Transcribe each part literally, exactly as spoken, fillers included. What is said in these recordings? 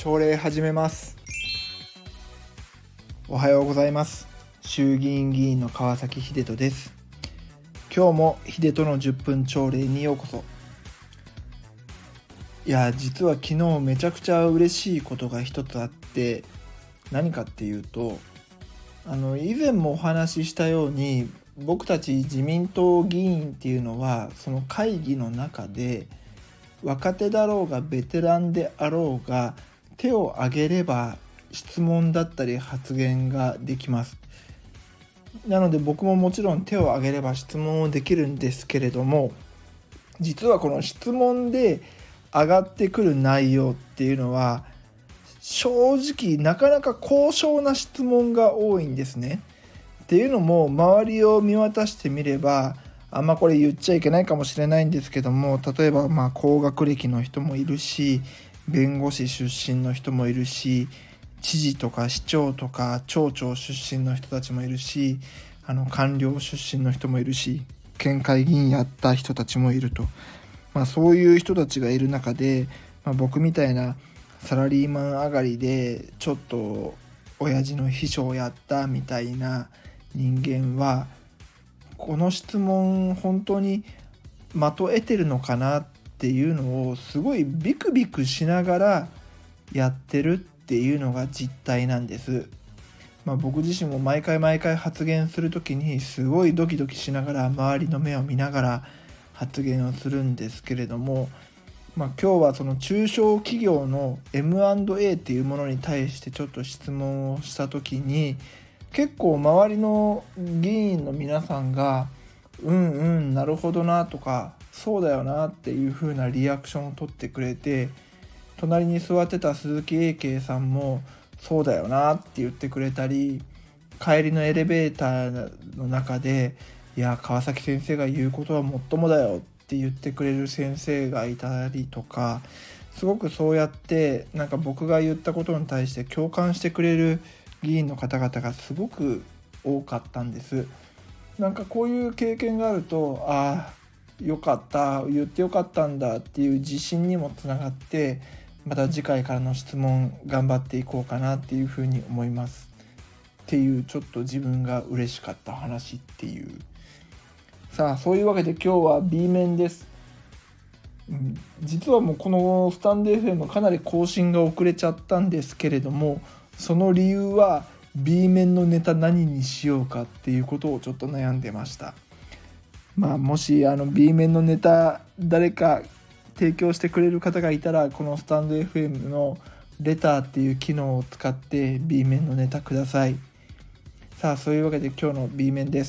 朝礼始めます。おはようございます。衆議院議員の川崎秀人です。今日も秀人のじゅっぷん朝礼にようこそ。いや実は昨日めちゃくちゃ嬉しいことが一つあって、何かっていうとあの以前もお話ししたように、僕たち自民党議員っていうのはその会議の中で若手だろうがベテランであろうが手を挙げれば質問だったり発言ができます。なので僕ももちろん手を挙げれば質問をできるんですけれども、実はこの質問で上がってくる内容っていうのは正直なかなか高尚な質問が多いんですね。っていうのも周りを見渡してみれば、あんまこれ言っちゃいけないかもしれないんですけども、例えばまあ高学歴の人もいるし、弁護士出身の人もいるし、知事とか市長とか町長出身の人たちもいるし、あの官僚出身の人もいるし、県会議員やった人たちもいると、まあ、そういう人たちがいる中で、まあ、僕みたいなサラリーマン上がりでちょっと親父の秘書をやったみたいな人間は、この質問本当に的得てるのかなっていうのをすごいビクビクしながらやってるっていうのが実態なんです。まあ、僕自身も毎回毎回発言するときにすごいドキドキしながら周りの目を見ながら発言をするんですけれども、まあ、今日はその中小企業の エムアンドエー っていうものに対してちょっと質問をしたときに、結構周りの議員の皆さんがうんうんなるほどなとかそうだよなっていう風なリアクションを取ってくれて、隣に座ってた鈴木英慶さんもそうだよなって言ってくれたり、帰りのエレベーターの中でいや川崎先生が言うことはもっともだよって言ってくれる先生がいたりとか、すごくそうやってなんか僕が言ったことに対して共感してくれる議員の方々がすごく多かったんです。なんかこういう経験があると、ああよかった、言ってよかったんだっていう自信にもつながって、また次回からの質問頑張っていこうかなっていうふうに思いますっていう、ちょっと自分が嬉しかった話っていう。さあそういうわけで今日は B 面です。実はもうこのスタンド エフエム かなり更新が遅れちゃったんですけれども、その理由は B 面のネタ何にしようかっていうことをちょっと悩んでました。まあもしあの B 面のネタ誰か提供してくれる方がいたら、このスタンド エフエム のレターっていう機能を使って B 面のネタください。さあそういうわけで今日の B 面です。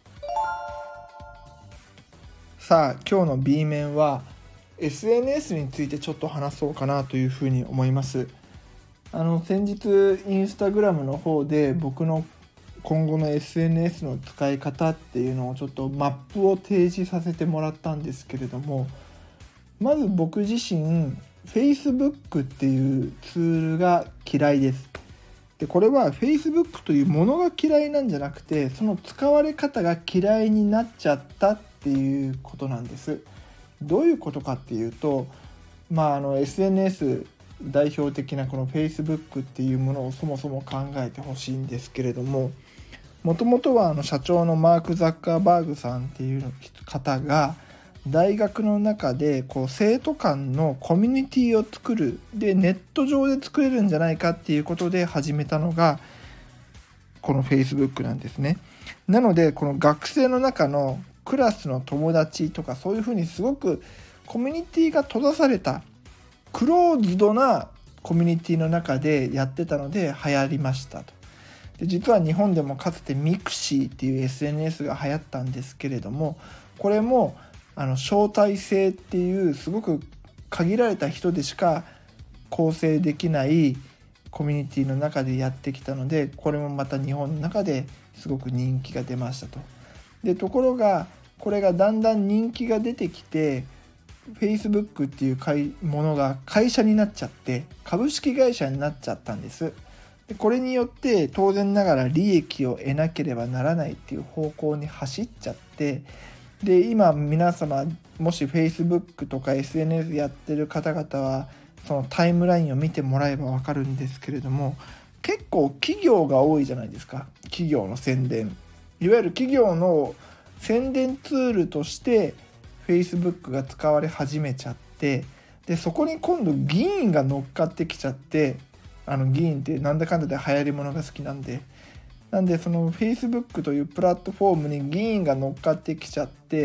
さあ今日の B 面は エスエヌエス についてちょっと話そうかなというふうに思います。あの先日インスタグラムの方で僕の今後の エスエヌエス の使い方っていうのをちょっとマップを提示させてもらったんですけれども、まず僕自身 Facebook っていうツールが嫌いです。でこれは Facebook というものが嫌いなんじゃなくて、その使われ方が嫌いになっちゃったっていうことなんです。どういうことかっていうと、まああの エスエヌエス 代表的なこの Facebook っていうものをそもそも考えてほしいんですけれども、もともとはあの社長のマーク・ザッカーバーグさんっていう方が大学の中でこう生徒間のコミュニティを作る、でネット上で作れるんじゃないかっていうことで始めたのがこの Facebook なんですね。なのでこの学生の中のクラスの友達とかそういうふうにすごくコミュニティが閉ざされたクローズドなコミュニティの中でやってたので流行りましたと。で実は日本でもかつてミクシーっていう エスエヌエス が流行ったんですけれども、これもあの招待制っていうすごく限られた人でしか構成できないコミュニティの中でやってきたので、これもまた日本の中ですごく人気が出ましたと。でところがこれがだんだん人気が出てきて、 Facebook っていうものが会社になっちゃって株式会社になっちゃったんです。でこれによって当然ながら利益を得なければならないっていう方向に走っちゃって、で今皆様もし Facebook とか エスエヌエス やってる方々はそのタイムラインを見てもらえば分かるんですけれども、結構企業が多いじゃないですか。企業の宣伝、いわゆる企業の宣伝ツールとして Facebook が使われ始めちゃって、でそこに今度議員が乗っかってきちゃって、あの議員ってなんだかんだで流行りものが好きなんでなんでその Facebook というプラットフォームに議員が乗っかってきちゃって、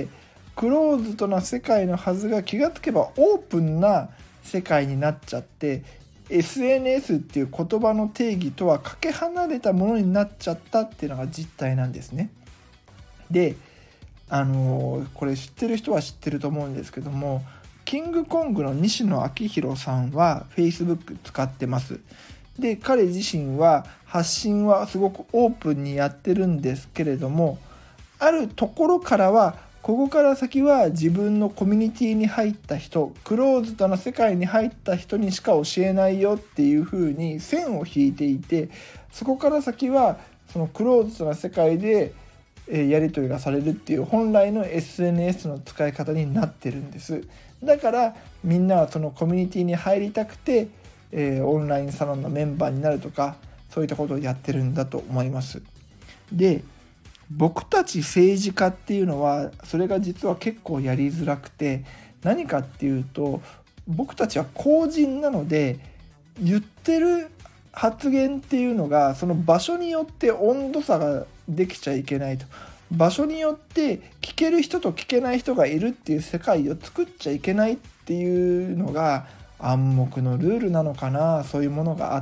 クローズドな世界のはずが気がつけばオープンな世界になっちゃって、 エスエヌエス っていう言葉の定義とはかけ離れたものになっちゃったっていうのが実態なんですね。であのー、これ知ってる人は知ってると思うんですけども、キングコングの西野昭弘さんは Facebook 使ってます。で彼自身は発信はすごくオープンにやってるんですけれども、あるところからはここから先は自分のコミュニティに入った人、クローズドな世界に入った人にしか教えないよっていう風に線を引いていて、そこから先はそのクローズドな世界でやり取りがされるっていう本来の エスエヌエス の使い方になってるんです。だからみんなはそのコミュニティに入りたくて、えー、オンラインサロンのメンバーになるとか、そういったことをやってるんだと思います。で僕たち政治家っていうのはそれが実は結構やりづらくて、何かっていうと、僕たちは公人なので言ってる発言っていうのがその場所によって温度差ができちゃいけないと、場所によって聞ける人と聞けない人がいるっていう世界を作っちゃいけないっていうのが暗黙のルールなのかな。そういうものがあって、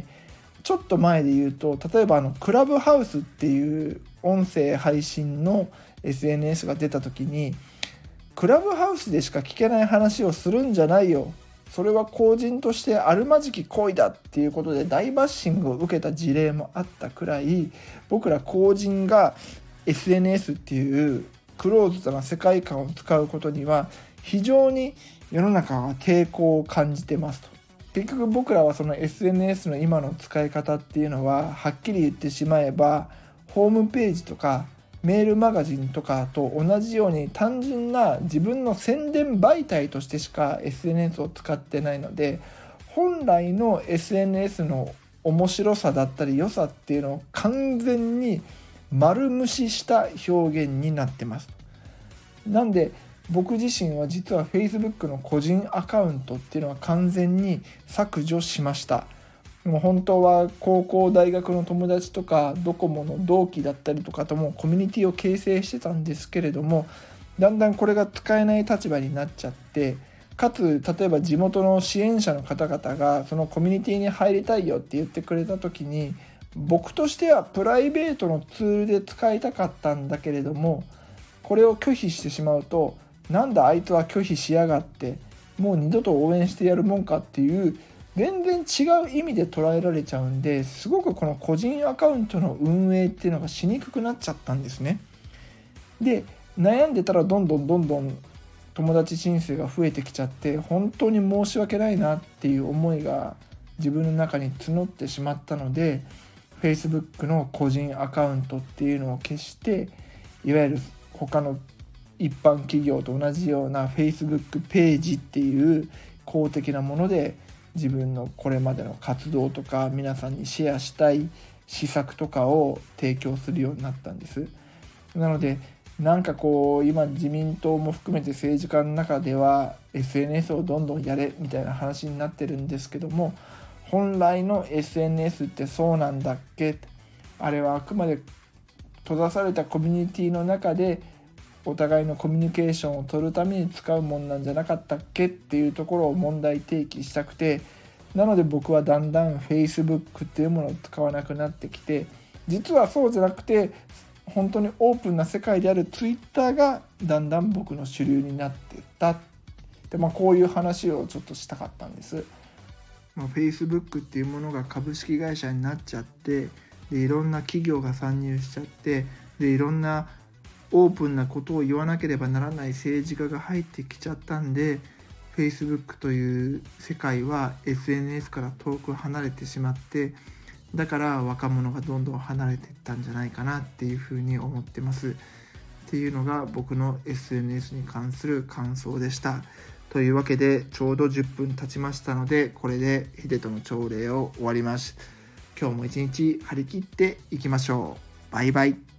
ちょっと前で言うと、例えばあのクラブハウスっていう音声配信の エスエヌエス が出た時に、クラブハウスでしか聞けない話をするんじゃないよ、それは公人としてあるまじき行為だっていうことで大バッシングを受けた事例もあったくらい、僕ら公人が エスエヌエス っていうクローズドな世界観を使うことには非常に世の中は抵抗を感じてますと。結局僕らはその エスエヌエス の今の使い方っていうのは、はっきり言ってしまえばホームページとかメールマガジンとかと同じように単純な自分の宣伝媒体としてしか エスエヌエス を使ってないので、本来の エスエヌエス の面白さだったり良さっていうのを完全に丸無視した表現になってます。なんで僕自身は実は Facebook の個人アカウントっていうのは完全に削除しました。もう本当は高校大学の友達とかドコモの同期だったりとかともコミュニティを形成してたんですけれども、だんだんこれが使えない立場になっちゃって、かつ例えば地元の支援者の方々がそのコミュニティに入りたいよって言ってくれた時に、僕としてはプライベートのツールで使いたかったんだけれども、これを拒否してしまうと、なんだあいつは拒否しやがって、もう二度と応援してやるもんかっていう全然違う意味で捉えられちゃうんで、すごくこの個人アカウントの運営っていうのがしにくくなっちゃったんですね。で悩んでたらどんどんどんどん友達申請が増えてきちゃって、本当に申し訳ないなっていう思いが自分の中に募ってしまったので、 Facebook の個人アカウントっていうのを消して、いわゆる他の一般企業と同じような Facebook ページっていう公的なもので自分のこれまでの活動とか皆さんにシェアしたい施策とかを提供するようになったんです。なのでなんかこう今自民党も含めて政治家の中では エスエヌエス をどんどんやれみたいな話になってるんですけども、本来の エスエヌエス ってそうなんだっけ、あれはあくまで閉ざされたコミュニティの中でお互いのコミュニケーションを取るために使うもんなんじゃなかったっけっていうところを問題提起したくて、なので僕はだんだん Facebook っていうものを使わなくなってきて、実はそうじゃなくて本当にオープンな世界である Twitter がだんだん僕の主流になっていったで、まあ、こういう話をちょっとしたかったんです。まあ、Facebook っていうものが株式会社になっちゃって、でいろんな企業が参入しちゃって、でいろんなオープンなことを言わなければならない政治家が入ってきちゃったんで、 Facebook という世界は エスエヌエス から遠く離れてしまって、だから若者がどんどん離れていったんじゃないかなっていうふうに思ってますっていうのが僕の エスエヌエス に関する感想でした。 というわけでちょうどじゅっぷん経ちましたので、これでヒデとの朝礼を終わります。今日も一日張り切っていきましょう。バイバイ。